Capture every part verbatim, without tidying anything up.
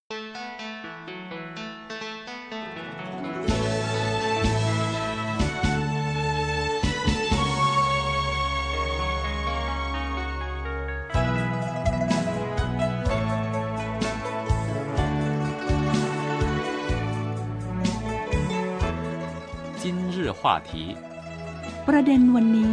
今日话题ประเด็นวันนี้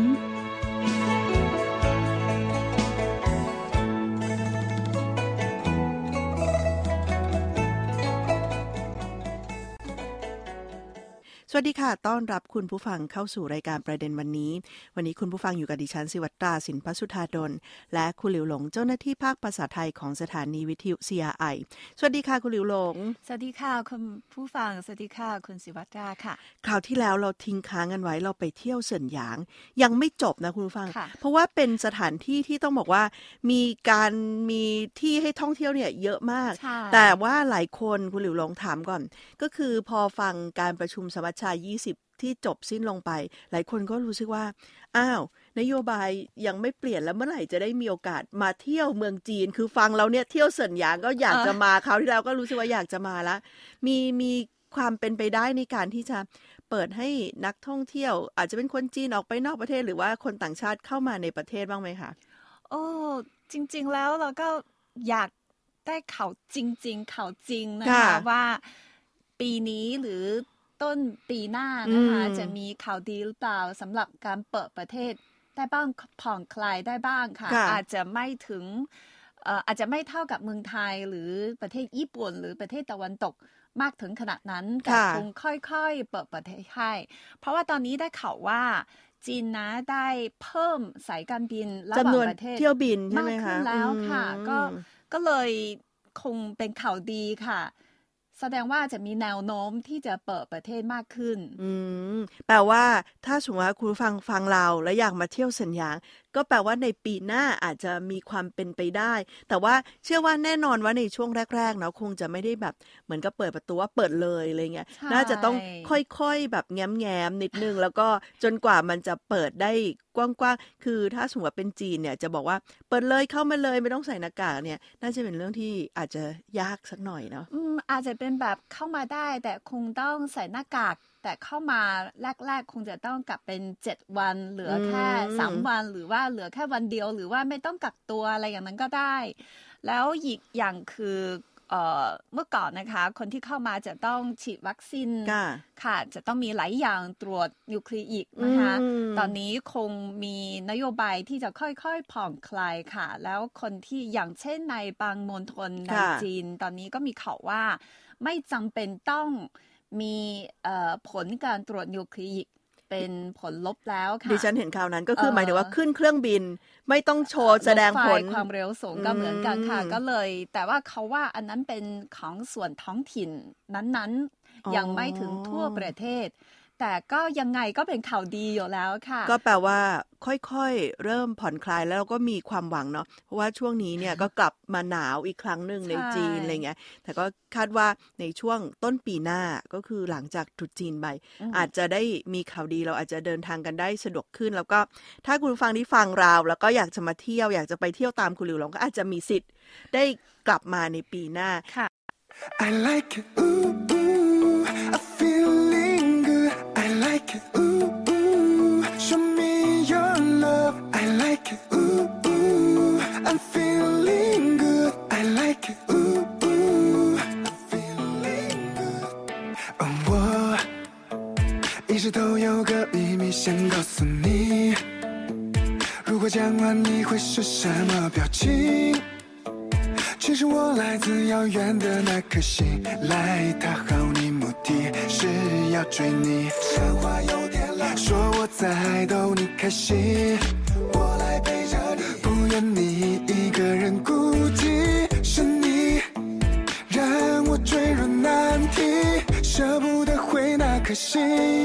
สวัสดีค่ะต้อนรับคุณผู้ฟังเข้าสู่รายการประเด็นวันนี้วันนี้คุณผู้ฟังอยู่กับดิฉันศิวัตราสินพสุธาดลและคุณหลิวหลงเจ้าหน้าที่ภาคภาษาไทยของสถานีวิทยุ ซี อาร์ ไอ สวัสดีค่ะคุณหลิวหลงสวัสดีค่ะคุณผู้ฟังสวัสดีค่ะคุณศิวัตราค่ะคราวที่แล้วเราทิ้งค้างกันไว้เราไปเที่ยวเซินหยางยังไม่จบนะคุณผู้ฟังเพราะว่าเป็นสถานที่ที่ต้องบอกว่ามีการมีที่ให้ท่องเที่ยวเนี่ยเยอะมากแต่ว่าหลายคนคุณหลิวหลงถามก่อนก็คือพอฟังการประชุมสมัชชายี่สิบที่จบสิ้นลงไปหลายคนก็รู้สึกว่าอ้าวนโยบายยังไม่เปลี่ยนแล้วเมื่อไหร่จะได้มีโอกาสมาเที่ยวเมืองจีนคือฟังเราเนี่ยเที่ยวเซินหยางก็อยากจะมาคราวที่แล้วก็รู้สึกว่าอยากจะมาละมีมีความเป็นไปได้ในการที่จะเปิดให้นักท่องเที่ยวอาจจะเป็นคนจีนออกไปนอกประเทศหรือว่าคนต่างชาติเข้ามาในประเทศบ้างไหมคะโอ้จริงๆแล้วเราก็อยากได้ข่าวจริงๆข่าวจริงนะคะว่าปีนี้หรือต้นปีหน้านะคะจะมีข่าวดีหรือเปล่าสำหรับการเปิดประเทศได้บ้างผ่อนคลายได้บ้างค่ะอาจจะไม่ถึงเอ่ออาจจะไม่เท่ากับเมืองไทยหรือประเทศญี่ปุ่นหรือประเทศตะวันตกมากถึงขนาดนั้นแต่คงค่อยๆเปิดประเทศให้เพราะว่าตอนนี้ได้ข่าวว่าจีนนะได้เพิ่มสายการบินระหว่างประเทศเที่ยวบินใช่ไหมคะมากขึ้นแล้วค่ะก็ก็เลยคงเป็นข่าวดีค่ะแสดงว่าจะมีแนวโน้มที่จะเปิดประเทศมากขึ้นอืมแปลว่าถ้าสมมติว่าคุณฟังฟังเราแล้วอยากมาเที่ยวเซินหยางก็แปลว่าในปีหน้าอาจจะมีความเป็นไปได้แต่ว่าเชื่อว่าแน่นอนว่าในช่วงแรกๆเนาะคงจะไม่ได้แบบเหมือนกับเปิดประตูว่าเปิดเลยอะไรเงี้ยน่าจะต้องค่อยๆแบบแง้มๆนิดนึงแล้วก็จนกว่ามันจะเปิดได้กว้างๆคือถ้าสมมติว่าเป็นจีนเนี่ยจะบอกว่าเปิดเลยเข้ามาเลยไม่ต้องใส่หน้ากากเนี่ยน่าจะเป็นเรื่องที่อาจจะยากสักหน่อยเนาะอืมอาจจะเป็นแบบเข้ามาได้แต่คงต้องใส่หน้ากากแต่เข้ามาแรกๆคงจะต้องกลับเป็นเจ็ดวันเหลือแค่สามวันหรือว่าเหลือแค่วันเดียวหรือว่าไม่ต้องกักตัวอะไรอย่างนั้นก็ได้แล้วอีกอย่างคือเอ่อเมื่อก่อนนะคะคนที่เข้ามาจะต้องฉีดวัคซีนค่ะจะต้องมีหลายอย่างตรวจนิวคลีอิกนะคะตอนนี้คงมีนโยบายที่จะค่อยๆผ่อนคลายค่ะแล้วคนที่อย่างเช่นในบางมณฑลในจีนตอนนี้ก็มีข่าวว่าไม่จำเป็นต้องมีผลการตรวจนิวคลีอิกเป็นผลลบแล้วค่ะดิฉันเห็นข่าวนั้นก็คือหมายถึงว่าขึ้นเครื่องบินไม่ต้องโชว์แสดงผลความเร็วสูงก็เหมือนกันค่ะก็เลยแต่ว่าเขาว่าอันนั้นเป็นของส่วนท้องถิ่นนั้นๆยังไม่ถึงทั่วประเทศแต่ก็ยังไงก็เป็นข่าวดีอยู่แล้วค่ะก็แปลว่าค่อยๆเริ่มผ่อนคลายแล้วเราก็มีความหวังเนาะเพราะว่าช่วงนี้เนี่ยก็กลับมาหนาวอีกครั้งหนึ่งในจีนอะไรเงี้ยแต่ก็คาดว่าในช่วงต้นปีหน้าก็คือหลังจากตรุษจีนไปอาจจะได้มีข่าวดีเราอาจจะเดินทางกันได้สะดวกขึ้นแล้วก็ถ้าคุณฟังที่ฟังเราแล้วก็อยากจะมาเที่ยวอยากจะไปเที่ยวตามคุณหลิวหลงก็อาจจะมีสิทธิ์ได้กลับมาในปีหน้าค่ะ I like it ooh ooh I feeling good I like it ooh ooh show me your love I like it ooh ooh I'm feeling good I like it ooh ooh I'm feeling good 哦我一直都有个秘密想告诉你如果讲完你会是什么表情其实我来自遥远的那颗星来讨好你目的是要追你像话有点老说我在逗你开心我来陪着你不愿你一个人孤寂是你让我坠入难题舍不得回那颗心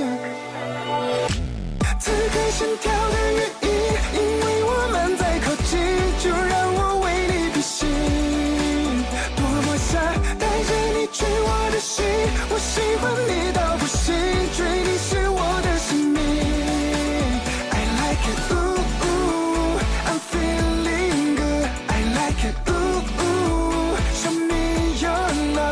此刻心跳的原因因为我们在靠近就让我为你比心带着你追我的心我喜欢你到不行追你是我的生命 I like it ooh ooh I'm feeling good I like it ooh ooh show me your love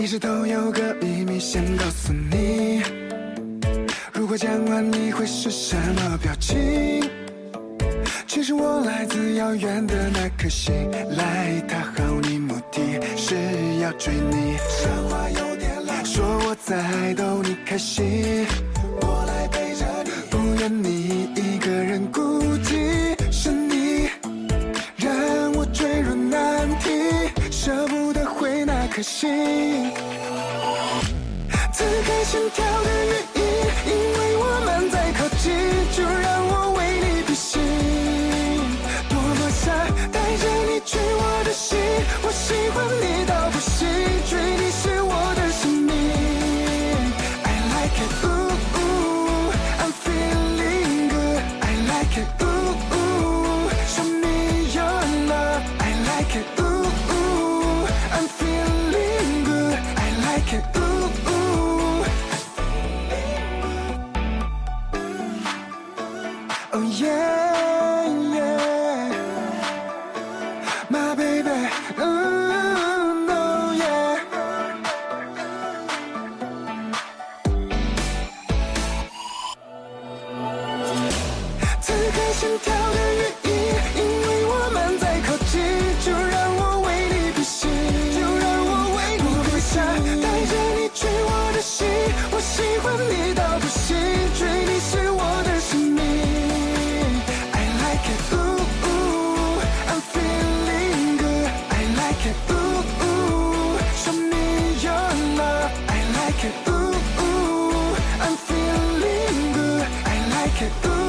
一直都有个秘密想告诉你，如果讲完你会是什么表情？其实我来自遥远的那颗星，来讨好你目的是要追你，说话有点老，说我在逗你开心，我来陪着你，不愿你一个人孤寂，是你让我坠入难题，舍不得回那颗心，此刻心跳的原因，因为我们在靠近，就让我为你披星，多么想带着你去我的心，我喜欢你到不行，追你是我的生命 I like it ooh ooh I'm feeling good I like it ooh ooh show me your love I like it ooh ooh I'm feeling good I like it ooh ooh oh yeah yeah my baby ooh no yeah 此刻心跳的原因，因为我们在靠近，就让我为你披星，就让我为你披星，带着你去我的心，我喜欢你到不行，追你是我的生命 I like it ooh ooh I'm feeling good I like it ooh ooh show me your love I like it ooh ooh I'm feeling good I like it ooh ooh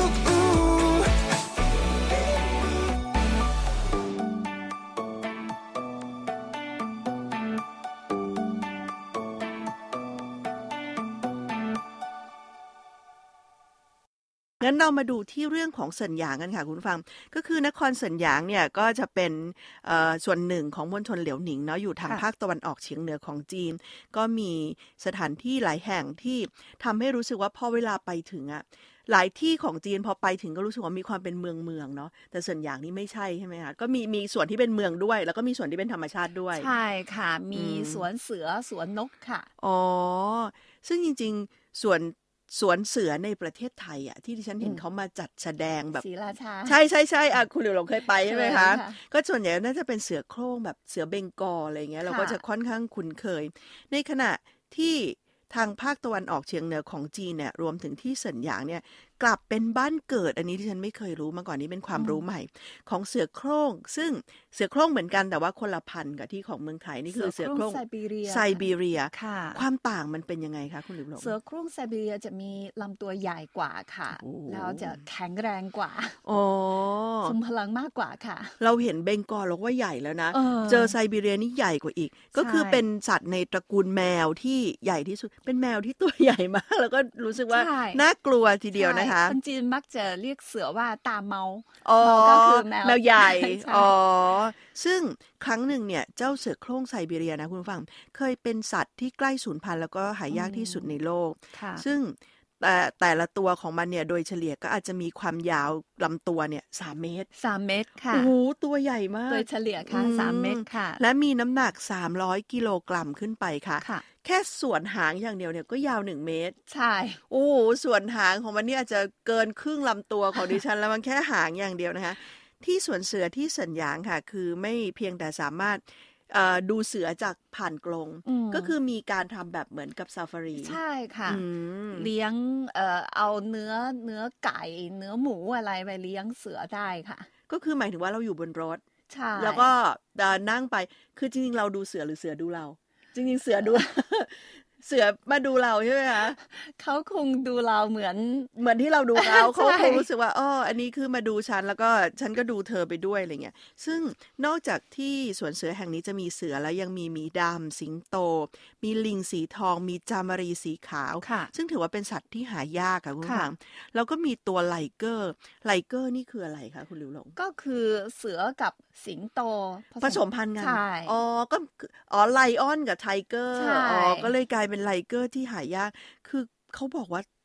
งั้นเรามาดูที่เรื่องของเซินหยางกันค่ะคุณผู้ฟังก็คือนครเซินหยางเนี่ยก็จะเป็นส่วนหนึ่งของมณฑลเหลียวหนิงเนาะอยู่ทางภาคตะวันออกเฉียงเหนือของจีนก็มีสถานที่หลายแห่งที่ทำให้รู้สึกว่าพอเวลาไปถึงอะหลายที่ของจีนพอไปถึงก็รู้สึกว่ามีความเป็นเมืองเมืองเนาะแต่เซินหยางนี่ไม่ใช่ใช่ไหมคะก็มีมีส่วนที่เป็นเมืองด้วยแล้วก็มีส่วนที่เป็นธรรมชาติด้วยใช่ค่ะมีสวนเสือสวนนกค่ะอ๋อซึ่งจริงๆส่วนสวนเสือในประเทศไทยอ่ะที่ดิฉันเห็นเขามาจัดแสดงแบบศรีราชาใช่ใช่ใช่อ่ะคุณหลิวหลงเคยไปใช่ไหมคะก็ส่วนใหญ่น่าจะเป็นเสือโคร่งแบบเสือเบงกอลอะไรเงี้ยเราก็จะค่อนข้างคุ้นเคยในขณะที่ทางภาคตะวันออกเฉียงเหนือของจีนเนี่ยรวมถึงที่เซินหยางเนี่ยกลับเป็นบ้านเกิดอันนี้ที่ฉันไม่เคยรู้มาก่อนนี้เป็นความรู้ใหม่ของเสือโคร่งซึ่งเสือโคร่งเหมือนกันแต่ว่าคนละพันธุ์กับที่ของเมืองไทยนี่คือเสือโคร่งไซบีเรียไซบีเรียความต่างมันเป็นยังไงคะคุณหลิวหลงเสือโคร่งไซบีเรียจะมีลำตัวใหญ่กว่าค่ะแล้วจะแข็งแรงกว่าอ๋อทรงพลังมากกว่าค่ะเราเห็นเบงกอลเราว่าใหญ่แล้วนะเจอไซบีเรียนี่ใหญ่กว่าอีกก็คือเป็นสัตว์ในตระกูลแมวที่ใหญ่ที่สุดเป็นแมวที่ตัวใหญ่มากแล้วก็รู้สึกว่าน่ากลัวทีเดียวนะคะคนจีนมักจะเรียกเสือว่าตาเมาก็คือแมวแมวใหญ่อ๋อซึ่งครั้งหนึ่งเนี่ยเจ้าเสือโคร่งไซบีเรียนะคุณผู้ฟังเคยเป็นสัตว์ที่ใกล้สูญพันธุ์แล้วก็หายากที่สุดในโลกซึ่งแต่แต่ละตัวของมันเนี่ยโดยเฉลี่ยก็อาจจะมีความยาวลำตัวเนี่ยสามเมตรสามเมตรค่ะโอ้โหตัวใหญ่มากโดยเฉลี่ยค่ะสามเมตรค่ะและมีน้ำหนักสามร้อยกิโลกรัมขึ้นไปค่ะแค่ส่วนหางอย่างเดียวเนี่ยก็ยาวหนึ่งเมตรใช่โอ้โหส่วนหางของมันเนี่ยอาจจะเกินครึ่งลำตัวของดิฉันแล้วมันแค่หางอย่างเดียวนะคะที่สวนเสือที่เซินหยางค่ะคือไม่เพียงแต่สามารถดูเสือจากผ่านกรงก็คือมีการทำแบบเหมือนกับซาฟารีใช่ค่ะเลี้ยงเอ่อเอาเนื้อเนื้อไก่เนื้อหมูอะไรไปเลี้ยงเสือได้ค่ะก็คือหมายถึงว่าเราอยู่บนรถใช่แล้วก็นั่งไปคือจริงๆเราดูเสือหรือเสือดูเราจริงๆเสือดู เสือมาดูเราใช่ไหมคะเขาคงดูเราเหมือนเหมือนที่เราดูเขาเขาคงรู้สึกว่าอ๋ออันนี้คือมาดูฉันแล้วก็ฉันก็ดูเธอไปด้วยอะไรเงี้ยซึ่งนอกจากที่สวนเสือแห่งนี้จะมีเสือแล้วยังมีหมีดำสิงโตมีลิงสีทองมีจามรีสีขาวซึ่งถือว่าเป็นสัตว์ที่หายากค่ะคุณผู้ฟังแล้วก็มีตัวไลเกอร์ไลเกอร์นี่คืออะไรคะคุณหลิวหลงก็คือเสือกับสิงโตผสมพันธุ์กันอ๋อก็อ๋อไลออนกับไทเกอร์อ๋อก็เลยกลายเป็นไลเกอร์ที่หายากคือเขาบอกว่า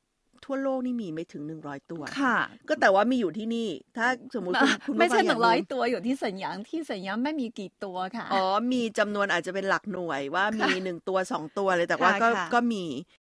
ทั่วโลกนี่มีไม่ถึงหนึ่งร้อยตัวค่ะก็แต่ว่ามีอยู่ที่นี่ถ้าสมมุติคุณคุณไม่ใช่หนึ่งร้อยตัวอยู่ที่สัญญาที่สัญญาไม่มีกี่ตัวค่ะอ๋อมีจำนวนอาจจะเป็นหลักหน่วยว่ามีหนึ่งตัวสองตัวเลยแต่ว่าก็ก็มี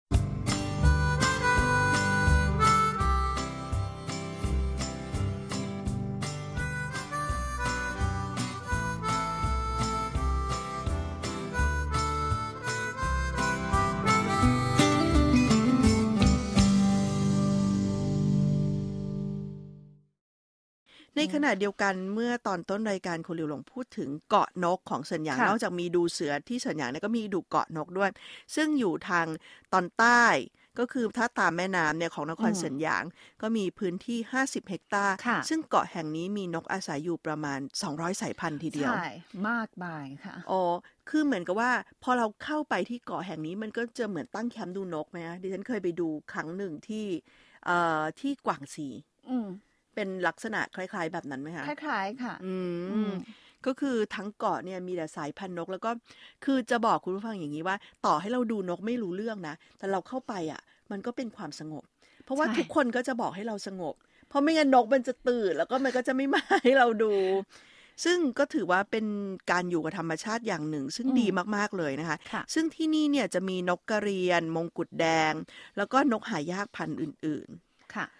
ในขณะเดียวกันเมื่อตอนต้นรายการคุณหลิวหลงพูดถึงเกาะนกของเซินหยางนอกจากมีดูเสือที่เซินหยางเนี่ยก็มีดูเกาะนกด้วยซึ่งอยู่ทางตอนใต้ก็คือถ้าตามแม่น้ำเนี่ยของนครเซินหยางก็มีพื้นที่ห้าสิบเฮกตาร์ซึ่งเกาะแห่งนี้มีนกอาศัยอยู่ประมาณสองร้อยสายพันธุ์ทีเดียวใช่มากมายค่ะอ๋อคือเหมือนกับว่าพอเราเข้าไปที่เกาะแห่งนี้มันก็จะเหมือนตั้งแคมป์ดูนกไหมคะดิฉันเคยไปดูครั้งหนึ่งที่เอ่อที่กวางซีเป็นลักษณะคล้ายๆแบบนั้นไหมคะคล้ายๆค่ะอืมก็คือทั้งเกาะเนี่ยมีแต่สายพันธุ์นกแล้วก็คือจะบอกคุณผู้ฟังอย่างนี้ว่าต่อให้เราดูนกไม่รู้เรื่องนะแต่เราเข้าไปอ่ะมันก็เป็นความสงบเพราะว่าทุกคนก็จะบอกให้เราสงบเพราะไม่งั้นนกมันจะตื่นแล้วก็มันก็จะไม่มาให้เราดูซึ่งก็ถือว่าเป็นการอยู่กับธรรมชาติอย่างหนึ่งซึ่งดีมากๆเลยนะคะซึ่งที่นี่เนี่ยจะมีนกกระเรียนมงกุฎแดงแล้วก็นกหายากพันธุ์อื่นๆค่ะ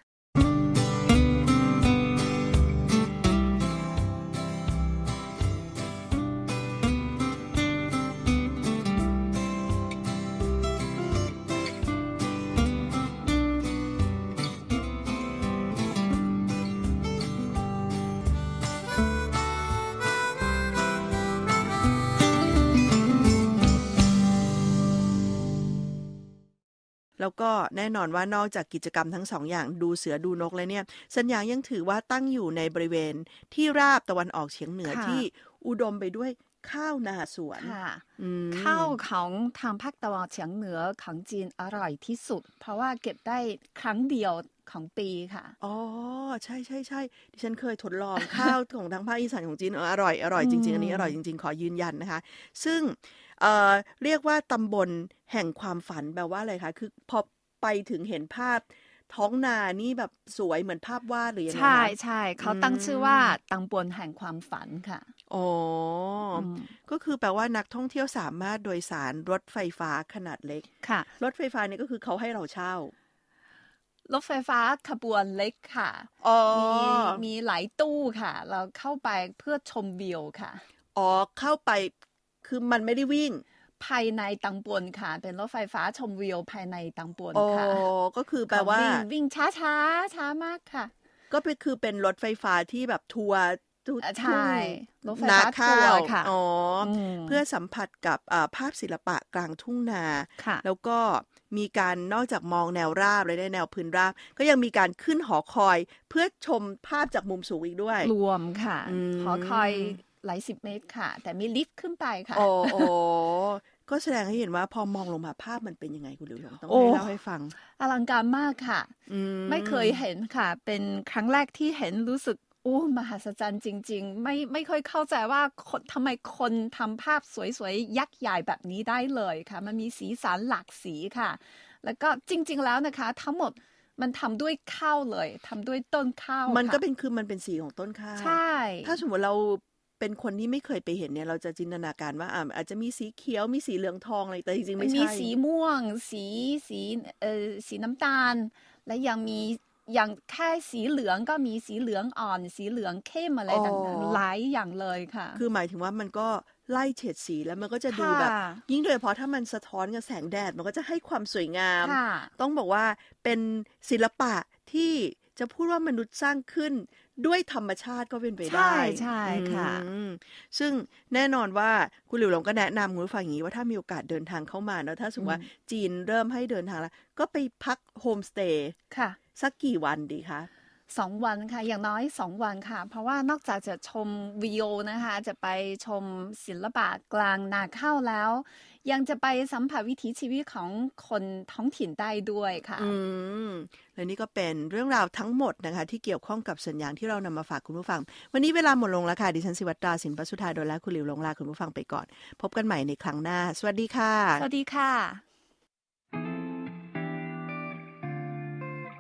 แล้วก็แน่นอนว่านอกจากกิจกรรมทั้งสองอย่างดูเสือดูนกแล้วเนี่ยเซินหยางยังถือว่าตั้งอยู่ในบริเวณที่ราบตะวันออกเฉียงเหนือที่อุดมไปด้วยข้าวนาสวนข้าวของทางภาคตะวันออกเฉียงเหนือของจีนอร่อยที่สุดเพราะว่าเก็บได้ครั้งเดียวของปีค่ะอ๋อใช่ใช่ใช่ดิฉันเคยทดลอง ข้าวของทางภาคอีสานของจีนอร่อยอร่อยจริงๆอันนี้อร่อยจริงๆขอยืนยันนะคะซึ่งเอ่อเรียกว่าตำบลแห่งความฝันแปลว่าอะไรคะคือพอไปถึงเห็นภาพท้องนานี่แบบสวยเหมือนภาพวาดหรือยังไงใช่ใช่เขาตั้งชื่อว่าตำบลแห่งความฝันค่ะอ๋อก็คือแปลว่านักท่องเที่ยวสามารถโดยสารรถไฟฟ้าขนาดเล็กค่ะรถไฟฟ้านี่ก็คือเขาให้เราเช่ารถไฟฟ้าขบวนเล็กค่ะมีมีหลายตู้ค่ะเราเข้าไปเพื่อชมวิวค่ะอ๋อเข้าไปคือมันไม่ได้วิ่งภายในตังปวนค่ะเป็นรถไฟฟ้าชมวิวภายในตังปวนค่ะอ๋อก็คือแปลว่าวิ่งช้าช้าช้ามากค่ะก็เป็นคือเป็นรถไฟฟ้าที่แบบทัวร์ใช่รถไฟฟ้าทัวร์ค่ะอ๋อเพื่อสัมผัสกับภาพศิลปะกลางทุ่งนาแล้วก็มีการนอกจากมองแนวราบและได้แนวพื้นราบก็ยังมีการขึ้นหอคอยเพื่อชมภาพจากมุมสูงอีกด้วยรวมค่ะหอคอยหลายสิบเมตรค่ะแต่มีลิฟต์ขึ้นไปค่ะโอ้โอ้ก็แสดงให้เห็นว่าพอมองลงมาภาพมันเป็นยังไงคุณหลิวหลงต้องให้เล่าให้ฟังอลังการมากค่ะไม่เคยเห็นค่ะเป็นครั้งแรกที่เห็นรู้สึกโอ้มหัศจรรย์จริงๆไม่ไม่ค่อยเข้าใจว่าคนทำไมคนทำภาพสวยๆยักษ์ใหญ่แบบนี้ได้เลยค่ะมันมีสีสันหลากสีค่ะแล้วก็จริงๆแล้วนะคะทั้งหมดมันทำด้วยข้าวเลยทำด้วยต้นข้าวมันก็เป็นคือมันเป็นสีของต้นข้าวใช่ถ้าสมมติเราเป็นคนที่ไม่เคยไปเห็นเนี่ยเราจะจินตนาการว่าอาจจะมีสีเขียวมีสีเหลืองทองอะไรแต่จริงๆไม่ใช่มีสีม่วงสีสีเอ่อสีน้ำตาลและยังมีอย่างแค่สีเหลืองก็มีสีเหลืองอ่อนสีเหลืองเข้มอะไรต่างๆหลายอย่างเลยค่ะคือหมายถึงว่ามันก็ไล่เฉดสีแล้วมันก็จะดูแบบยิ่งโดยเฉพาะถ้ามันสะท้อนกับแสงแดดมันก็จะให้ความสวยงามต้องบอกว่าเป็นศิลปะที่จะพูดว่ามนุษย์สร้างขึ้นด้วยธรรมชาติก็เป็นไปได้ใช่ใช่ค่ะซึ่งแน่นอนว่าคุณหลิวหลงก็แนะนำคุณผู้ฟังอย่างนี้ว่าถ้ามีโอกาสเดินทางเข้ามาแล้วถ้าสมมติว่าจีนเริ่มให้เดินทางแล้วก็ไปพักโฮมสเตย์สักกี่วันดีคะสองวันค่ะอย่างน้อยสองวันค่ะเพราะว่านอกจากจะชมวิวนะคะจะไปชมศิลปะกลางนาข้าวแล้วยังจะไปสัมผัสวิถีชีวิตของคนท้องถิ่นได้ด้วยค่ะอืมและนี่ก็เป็นเรื่องราวทั้งหมดนะคะที่เกี่ยวข้องกับสัญญาณที่เรานำมาฝากคุณผู้ฟังวันนี้เวลาหมดลงแล้วค่ะดิฉันศิวัตราสินปสุธาโดยและคุณหลิวหลงลาคุณผู้ฟังไปก่อนพบกันใหม่ในครั้งหน้าสวัสดีค่ะสวัสดีค่ะ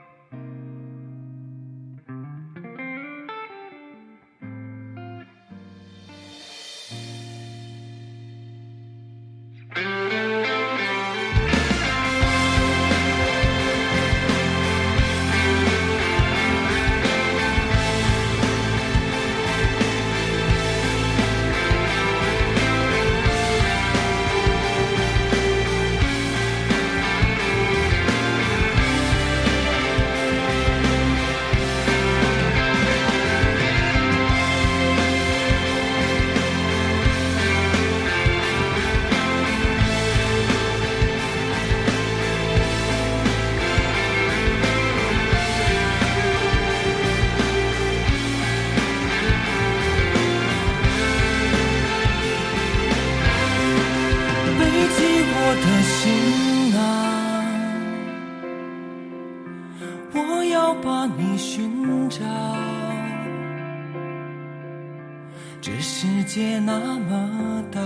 这世界那么大，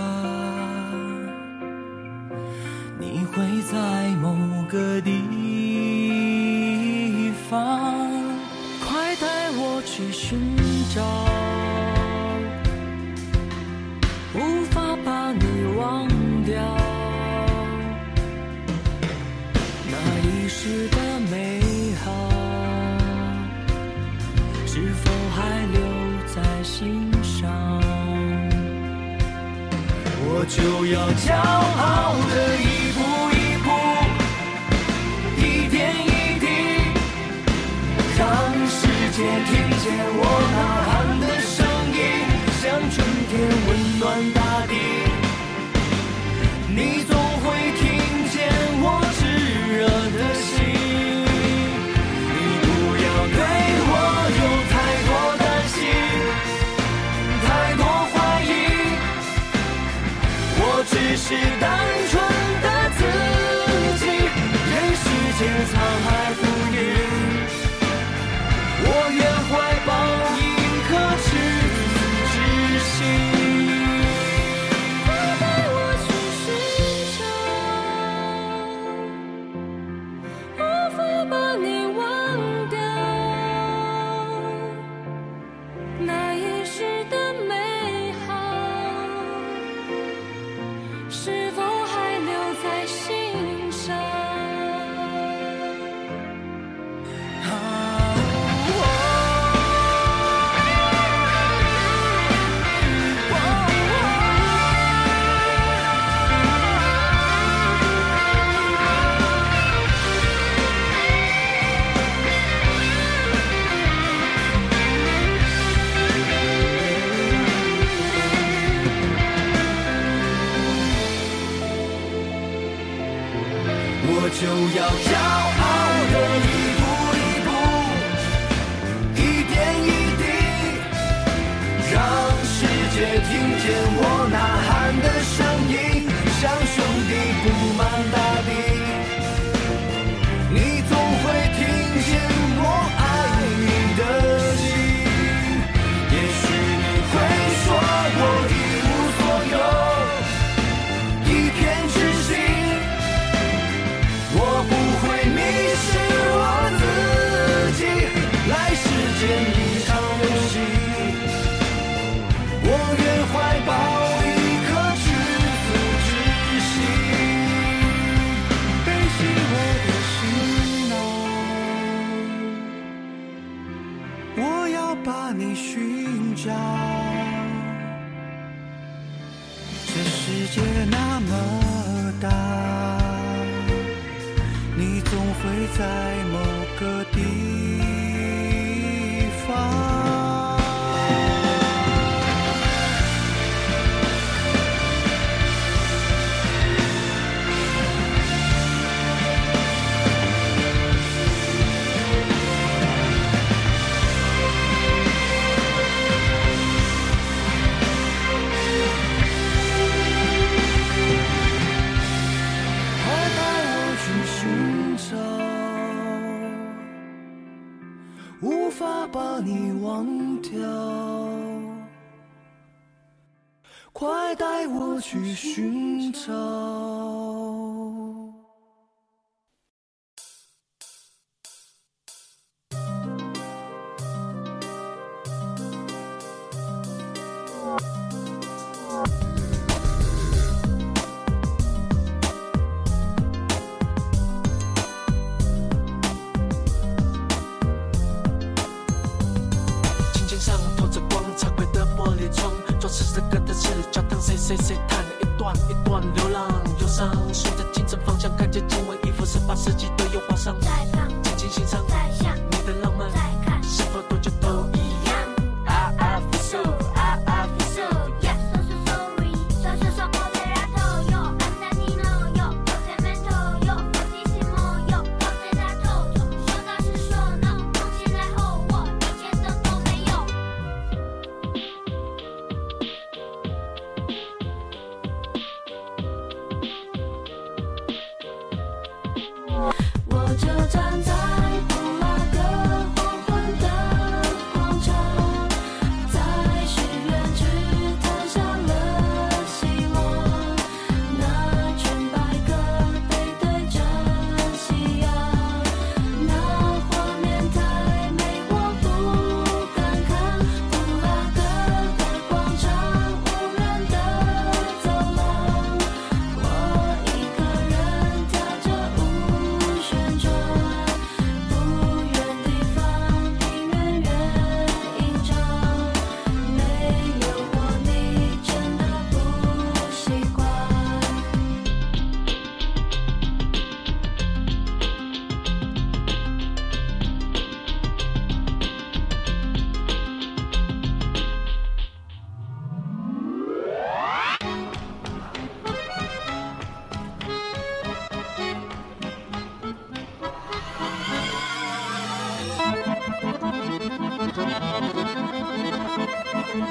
你会在某个地方，快带我去寻找，无法把你忘掉，那遗失的美好是否还留在心上，我就要骄傲的一步一步，一点一滴，让世界听见我呐喊的声音，像春天温暖大地，你总会听见我炙热的心，你不要对我有太多担心，太多怀疑，我只是单纯的自己，任世间沧海浮云，我愿怀抱一颗赤子之心，快带我去寻找，无法把你忘掉，那遗失的美好是否还留在心上，啊哦我就要骄傲的一步一步，一点一滴，让世界听见我呐喊的声音，像兄弟布满大地，你总会听见我爱你的心，也许你会说我一无所有，一片痴心，我不会迷失我自己，来世间一场游戏，我愿怀抱一颗赤子之心，背起我的行囊，我要把你寻找，这世界那么大，你总会在某个地方，快带我去寻找，无法把你忘掉，快带我去寻找。谁谁叹一段一段流浪忧伤，顺着清晨方向，看见经文衣服，十八世纪都有画上，在旁静静欣赏，在想你的浪漫，在看是否多久都一样。I I feel so, I I feel so, yeah. So so sorry, so so so moderato, yo, andanino, yo, documento, yo, fortissimo, yo, documento, 说到是说 no， 动起来后我一件灯都没有。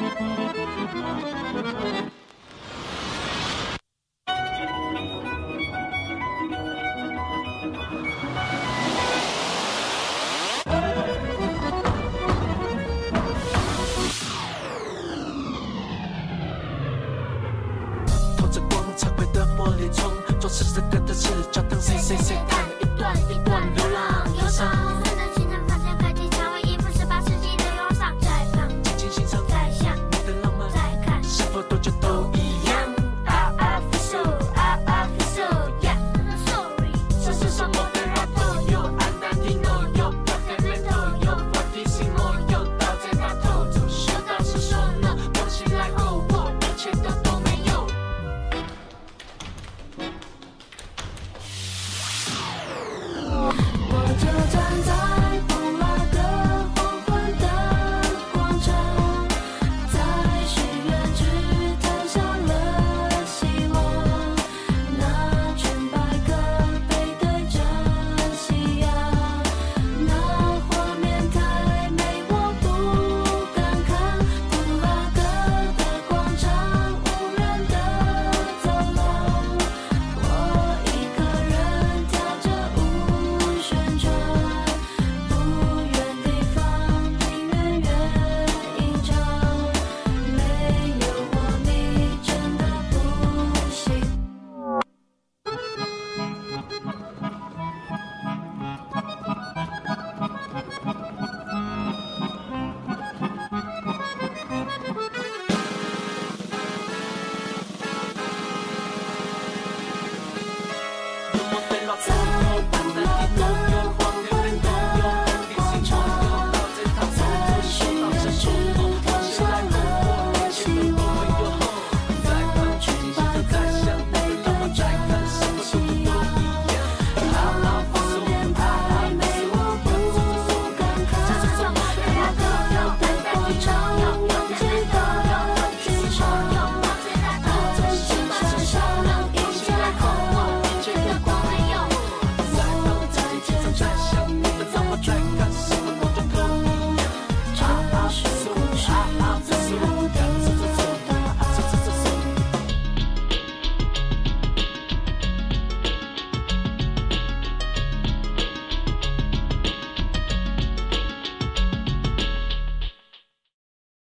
做事这个的事，就当谁谁谁谈了一段一段流浪忧伤。 在等清晨发现快递成为一幅十八世纪的忧伤，在放静静欣赏， 在想你的浪漫， 在看是否多久都一样。 啊啊复苏啊啊复苏 ，Yeah sorry， 这是什么的 rap 有安南提诺有 Pavimento 有 Fortissimo 有刀在他头头，修道士说呢，我醒来后我一切都都没有。 我就站在布拉格黄昏的广场，在许愿池投下了希望，那群白鸽背对着夕阳，那画面太美我不敢看，布拉格的广场无人的走廊，我一个人跳着舞旋转，不远地方你远远一场，没有我你真的不行。在布拉格黄昏的广场，在许愿池投下了希望，那群白鸽背对着夕阳，那画面太美我不敢看，布拉格的广场拥挤的剧场，安静想象一切后这个光没有。我在街上想你的怎么在看什么都都一样，这是故事最后